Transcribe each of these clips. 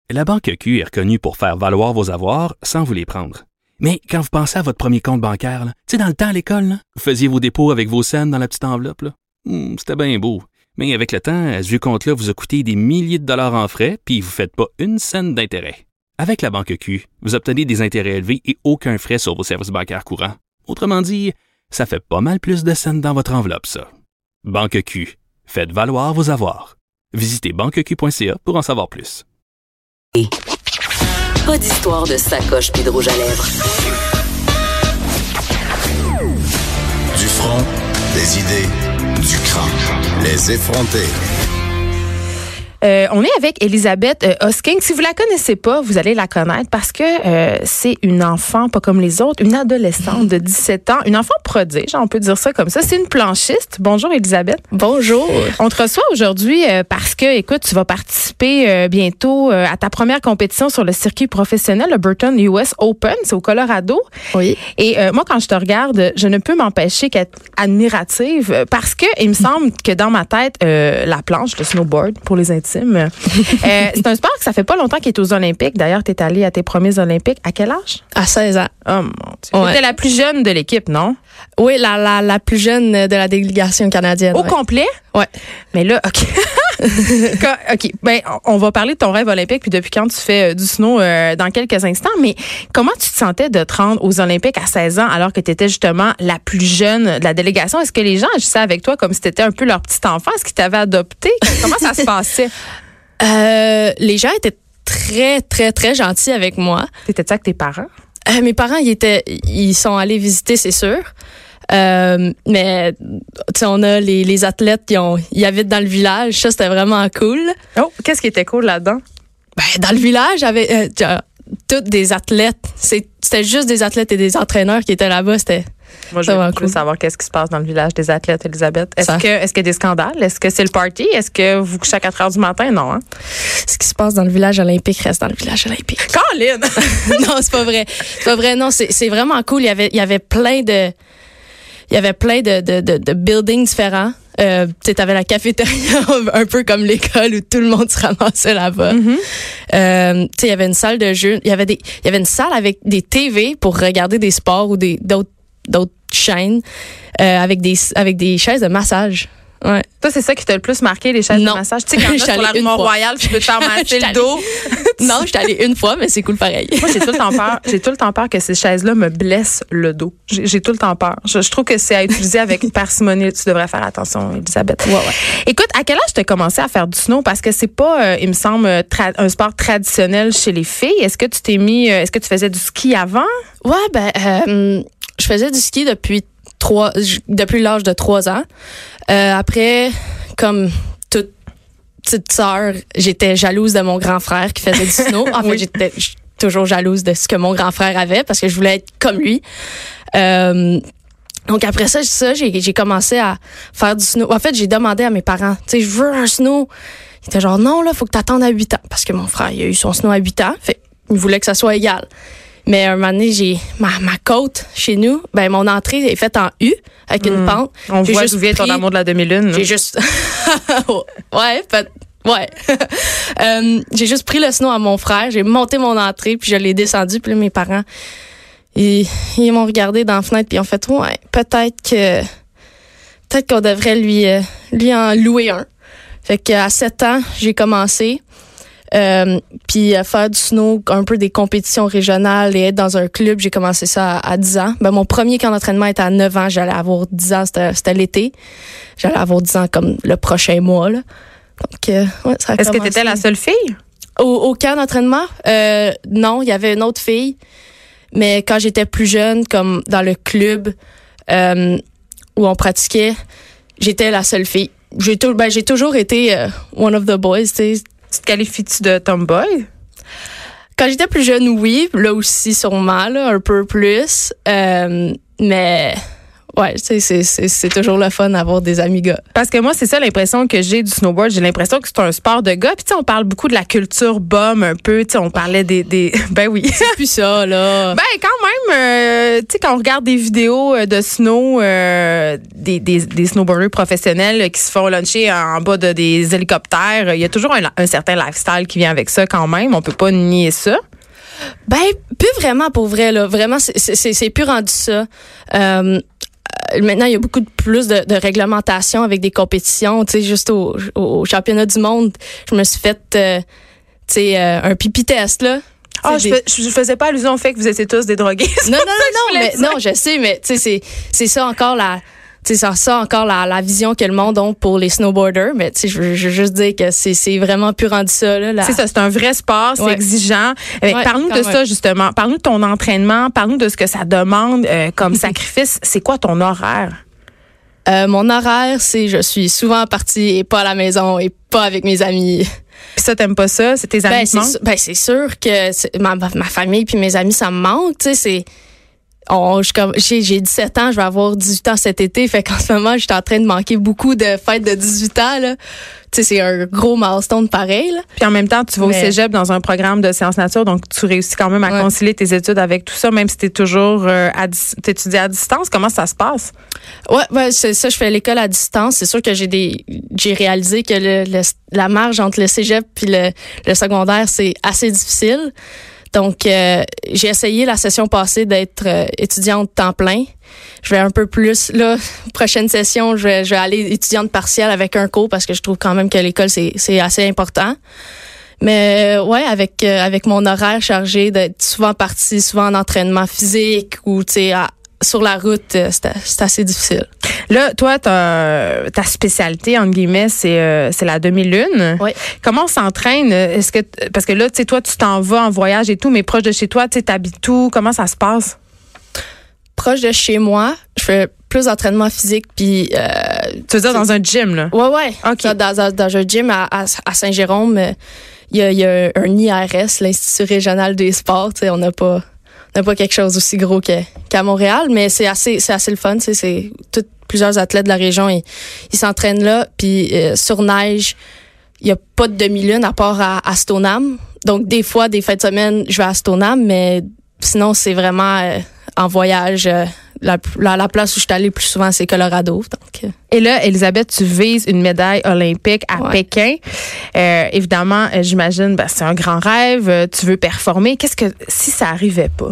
La Banque Q est reconnue pour faire valoir vos avoirs sans vous les prendre. Mais quand vous pensez à votre premier compte bancaire, tu sais, dans le temps à l'école, là, vous faisiez vos dépôts avec vos scènes dans la petite enveloppe. Là. C'était bien beau. Mais avec le temps, ce vieux compte-là vous a coûté des milliers de dollars en frais, puis vous ne faites pas une scène d'intérêt. Avec la Banque Q, vous obtenez des intérêts élevés et aucun frais sur vos services bancaires courants. Autrement dit, ça fait pas mal plus de scènes dans votre enveloppe, ça. Banque Q. Faites valoir vos avoirs. Visitez banqueq.ca pour en savoir plus. Pas d'histoire de sacoche puis de rouge à lèvres. Du front, des idées, du crâne. Les effronter. On est avec Elisabeth Hosking. Si vous la connaissez pas, vous allez la connaître parce que c'est une enfant, pas comme les autres, une adolescente de 17 ans, une enfant prodige, on peut dire ça comme ça. C'est une planchiste. Bonjour Elisabeth. Bonjour. On te reçoit aujourd'hui parce que, écoute, tu vas participer bientôt à ta première compétition sur le circuit professionnel, le Burton US Open, c'est au Colorado. Oui. Et moi, quand je te regarde, je ne peux m'empêcher qu'être admirative parce que il me semble que dans ma tête, la planche, le snowboard pour les intimes, c'est un sport que ça fait pas longtemps qu'il est aux Olympiques. D'ailleurs, tu es allée à tes premiers Olympiques. À quel âge? À 16 ans. Oh mon Dieu. Ouais. Tu étais la plus jeune de l'équipe, non? Oui, la plus jeune de la délégation canadienne. Au complet? Ouais. Mais là, OK. OK. Ben, on va parler de ton rêve olympique puis depuis quand tu fais du snow dans quelques instants. Mais comment tu te sentais de te rendre aux Olympiques à 16 ans alors que tu étais justement la plus jeune de la délégation? Est-ce que les gens agissaient avec toi comme si tu étais un peu leur petit enfant? Est-ce qu'ils t'avaient adopté? Comment ça se passait? Les gens étaient très, très, très gentils avec moi. T'étais-tu avec tes parents? Mes parents, ils sont allés visiter, c'est sûr. Mais tu sais, on a les athlètes ils habitent dans le village. Ça, c'était vraiment cool. Oh, qu'est-ce qui était cool là-dedans? Ben, dans le village, j'avais toutes des athlètes. C'était juste des athlètes et des entraîneurs qui étaient là-bas. Moi, je veux savoir qu'est-ce qui se passe dans le village des athlètes, Elisabeth. Est-ce qu'il y a des scandales? Est-ce que c'est le party? Est-ce que vous couchez à 4 heures du matin? Non, hein? Ce qui se passe dans le village olympique reste dans le village olympique. Colin! Non, c'est pas vrai. C'est pas vrai. Non, c'est vraiment cool. Il y avait plein de buildings différents. Tu sais, t'avais la cafétéria un peu comme l'école où tout le monde se ramassait là-bas. Mm-hmm. Tu sais, il y avait une salle de jeu. Il y avait une salle avec des TV pour regarder des sports ou d'autres chaînes avec des chaises de massage. Ouais. Toi, c'est ça qui t'a le plus marqué, les chaises de massage? Tu sais, quand sur la rue Mont-Royal, tu peux te faire masser le dos. Non, je suis allée une fois, mais c'est cool pareil. Moi, j'ai tout le temps peur que ces chaises-là me blessent le dos. J'ai tout le temps peur. Je trouve que c'est à utiliser avec parcimonie. Tu devrais faire attention, Elisabeth. Ouais. Écoute, à quel âge tu as commencé à faire du snow? Parce que c'est pas, il me semble, un sport traditionnel chez les filles. Est-ce que tu faisais du ski avant? Ouais, je faisais du ski depuis l'âge de 3 ans. Après, comme toute petite sœur, j'étais jalouse de mon grand frère qui faisait du snow. En fait, j'étais toujours jalouse de ce que mon grand frère avait parce que je voulais être comme lui. Donc après ça, j'ai commencé à faire du snow. En fait, j'ai demandé à mes parents, tu sais, je veux un snow. Ils étaient genre, non, là, faut que t'attendes à 8 ans. Parce que mon frère, il a eu son snow à 8 ans. Fait, il voulait que ça soit égal. Mais un moment donné, j'ai ma côte chez nous, ben mon entrée est faite en U avec une pente. On voit d'où vient ton amour de la demi-lune. J'ai juste j'ai juste pris le snow à mon frère, j'ai monté mon entrée puis je l'ai descendu, puis là, mes parents ils m'ont regardé dans la fenêtre puis ils ont fait ouais, peut-être qu'on devrait lui en louer un. Fait qu'à 7 ans, j'ai commencé puis faire du snow, un peu des compétitions régionales et être dans un club, j'ai commencé ça à 10 ans. Ben, mon premier camp d'entraînement était à 9 ans, j'allais avoir 10 ans, c'était l'été. J'allais avoir 10 ans comme le prochain mois, là. Donc, ouais, ça a Est-ce commencé. que tu étais la seule fille? Au camp d'entraînement? Non, il y avait une autre fille. Mais quand j'étais plus jeune, comme dans le club où on pratiquait, j'étais la seule fille. J'ai toujours été one of the boys, tu sais. Tu te qualifies-tu de tomboy? Quand j'étais plus jeune, oui. Là aussi, sûrement, là, un peu plus. Mais Ouais, c'est toujours le fun d'avoir des amis gars. Parce que moi, c'est ça l'impression que j'ai du snowboard. J'ai l'impression que c'est un sport de gars. Puis, tu sais, on parle beaucoup de la culture bum un peu. Tu sais, on parlait des... Ben oui. C'est plus ça, là. Ben, quand même, tu sais, quand on regarde des vidéos de snow, des snowboarders professionnels qui se font luncher en bas de des hélicoptères, il y a toujours un certain lifestyle qui vient avec ça quand même. On peut pas nier ça. Ben, plus vraiment pour vrai, là. Vraiment, c'est plus rendu ça. Maintenant, il y a beaucoup plus de réglementation avec des compétitions. Tu sais, juste au championnat du monde, je me suis fait, un pipi test, là. Ah, je faisais pas allusion au fait que vous étiez tous des drogués. Non, je sais, mais tu sais, c'est ça encore la vision que le monde a pour les snowboarders. Mais tu sais, je veux juste dire que c'est vraiment plus rendu ça, là. C'est ça, c'est un vrai sport, c'est exigeant. Parle-nous de ça, justement. Parle-nous de ton entraînement, parle-nous de ce que ça demande comme sacrifice. C'est quoi ton horaire? Mon horaire, c'est je suis souvent partie et pas à la maison et pas avec mes amis. Puis ça, t'aimes pas ça? C'est tes amis qui manquent? C'est sûr que ma famille puis mes amis, ça me manque. Tu sais, j'ai 17 ans, je vais avoir 18 ans cet été. Fait qu'en ce moment, je suis en train de manquer beaucoup de fêtes de 18 ans, là. Tu sais, c'est un gros milestone pareil, là. Puis en même temps, tu vas au cégep dans un programme de sciences nature, donc tu réussis quand même à concilier tes études avec tout ça, même si t'es toujours t'étudies à distance. Comment ça se passe? Ouais, c'est ça, je fais l'école à distance. C'est sûr que j'ai réalisé que la marge entre le cégep puis le secondaire, c'est assez difficile. Donc, j'ai essayé la session passée d'être étudiante temps plein. Je vais un peu plus, là, prochaine session, je vais aller étudiante partielle avec un cours parce que je trouve quand même que l'école, c'est assez important. Mais ouais, avec mon horaire chargé d'être souvent partie, souvent en entraînement physique ou, tu sais, sur la route, c'est assez difficile. Là, toi, ta spécialité, entre guillemets, c'est la demi-lune. Oui. Comment on s'entraîne? Parce que là, tu sais, toi, tu t'en vas en voyage et tout, mais proche de chez toi, tu sais, t'habites où? Comment ça se passe? Proche de chez moi, je fais plus d'entraînement physique, puis... tu veux dire dans un gym, là? Ouais. Okay. Dans un gym à Saint-Jérôme, il y a un IRS, l'Institut régional des sports. Tu sais, on n'a pas quelque chose aussi gros qu'à Montréal, mais c'est assez le fun. Tu sais, plusieurs athlètes de la région, ils s'entraînent là, puis sur neige, il y a pas de demi-lune à part à Stoneham. Donc des fois, des fins de semaine, je vais à Stoneham, mais sinon c'est vraiment en voyage. La place où je suis allée plus souvent, c'est Colorado. Donc. Et là, Elisabeth, tu vises une médaille olympique à Pékin. Évidemment, j'imagine, c'est un grand rêve. Tu veux performer. Qu'est-ce que si ça arrivait pas?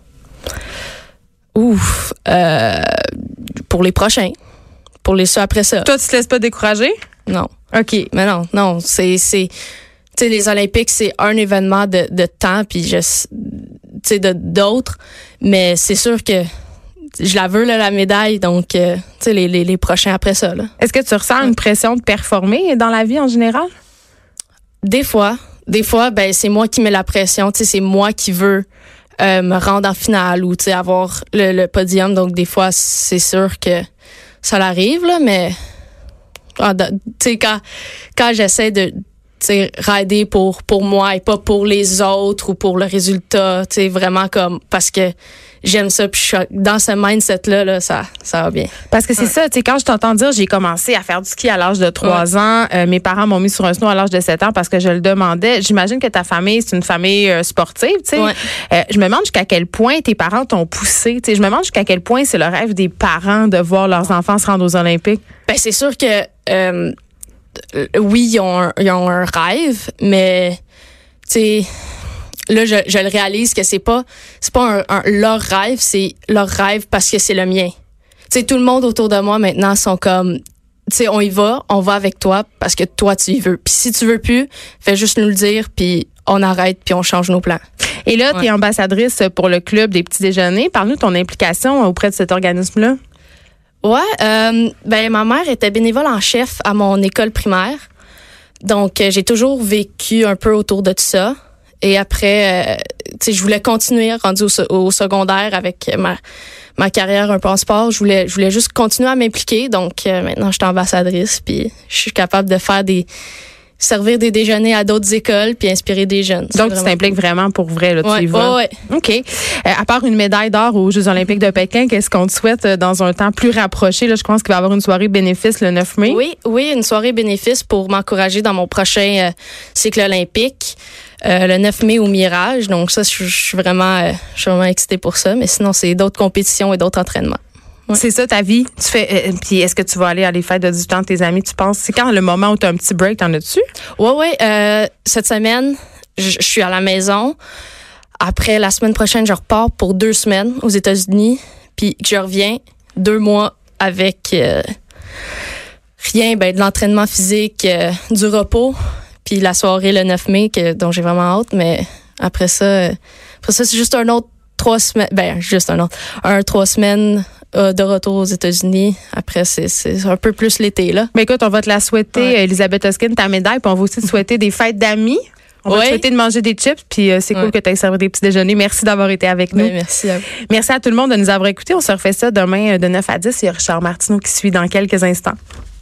Pour les prochains. Pour ceux après ça. Toi, tu te laisses pas décourager? Non. OK. Mais non. Tu sais, les Olympiques, c'est un événement de temps, puis d'autres. Mais c'est sûr que je la veux, là, la médaille. Donc, tu sais, les prochains après ça, là. Est-ce que tu ressens une pression de performer dans la vie en général? Des fois, c'est moi qui mets la pression. Tu sais, c'est moi qui veux me rendre en finale ou, tu sais, avoir le podium. Donc, des fois, c'est sûr que ça l'arrive, là, mais tu sais, quand j'essaie de rider pour moi et pas pour les autres ou pour le résultat, tu sais, vraiment comme parce que j'aime ça, puis je suis dans ce mindset-là, ça va bien. Parce que c'est ça, tu sais, quand je t'entends dire, j'ai commencé à faire du ski à l'âge de 3 ans, mes parents m'ont mis sur un snow à l'âge de 7 ans parce que je le demandais. J'imagine que ta famille, c'est une famille sportive, tu sais. Ouais. Je me demande jusqu'à quel point tes parents t'ont poussé, tu sais. Je me demande jusqu'à quel point c'est le rêve des parents de voir leurs enfants se rendre aux Olympiques. Ben, c'est sûr que, oui, ils ont un rêve, mais, tu sais, là, je le réalise que c'est pas leur rêve, c'est leur rêve parce que c'est le mien. Tu sais, tout le monde autour de moi maintenant sont comme, tu sais, on va avec toi parce que toi tu y veux. Puis si tu veux plus, fais juste nous le dire, puis on arrête, puis on change nos plans. Et là, tu es ambassadrice pour le club des petits déjeuners. Parle-nous de ton implication auprès de cet organisme-là. Ouais, ma mère était bénévole en chef à mon école primaire. Donc, j'ai toujours vécu un peu autour de tout ça. Et après, tu sais, je voulais continuer, rendu au secondaire avec ma carrière un peu en sport. Je voulais juste continuer à m'impliquer. Donc, maintenant, je suis ambassadrice, puis je suis capable de faire servir des déjeuners à d'autres écoles puis inspirer des jeunes. Donc, tu t'impliques vraiment pour vrai, là, tu y vas. Ouais. OK. À part une médaille d'or aux Jeux olympiques de Pékin, qu'est-ce qu'on te souhaite dans un temps plus rapproché? Là, je pense qu'il va y avoir une soirée bénéfice le 9 mai. Oui, une soirée bénéfice pour m'encourager dans mon prochain cycle olympique. Le 9 mai au Mirage. Donc ça, je suis vraiment excitée pour ça. Mais sinon, c'est d'autres compétitions et d'autres entraînements. Ouais. C'est ça ta vie? Tu fais. Puis est-ce que tu vas aller à les fêtes de 18 ans de tes amis? Tu penses? C'est quand le moment où tu as un petit break? T'en as-tu? Oui. Cette semaine, je suis à la maison. Après, la semaine prochaine, je repars pour 2 semaines aux États-Unis. Puis je reviens 2 mois avec rien, de l'entraînement physique, du repos. Puis la soirée le 9 mai, dont j'ai vraiment hâte. Mais après ça c'est juste un autre 3 semaines. Juste un autre. 3 semaines de retour aux États-Unis. Après, c'est un peu plus l'été, là. Mais écoute, on va te la souhaiter, Elisabeth Hoskin, ta médaille. Puis on va aussi te souhaiter des fêtes d'amis. On va te souhaiter de manger des chips. Puis c'est cool que tu aies servi des petits déjeuners. Merci d'avoir été avec nous. Merci à vous. Merci à tout le monde de nous avoir écoutés. On se refait ça demain de 9 à 10. Il y a Richard Martineau qui suit dans quelques instants.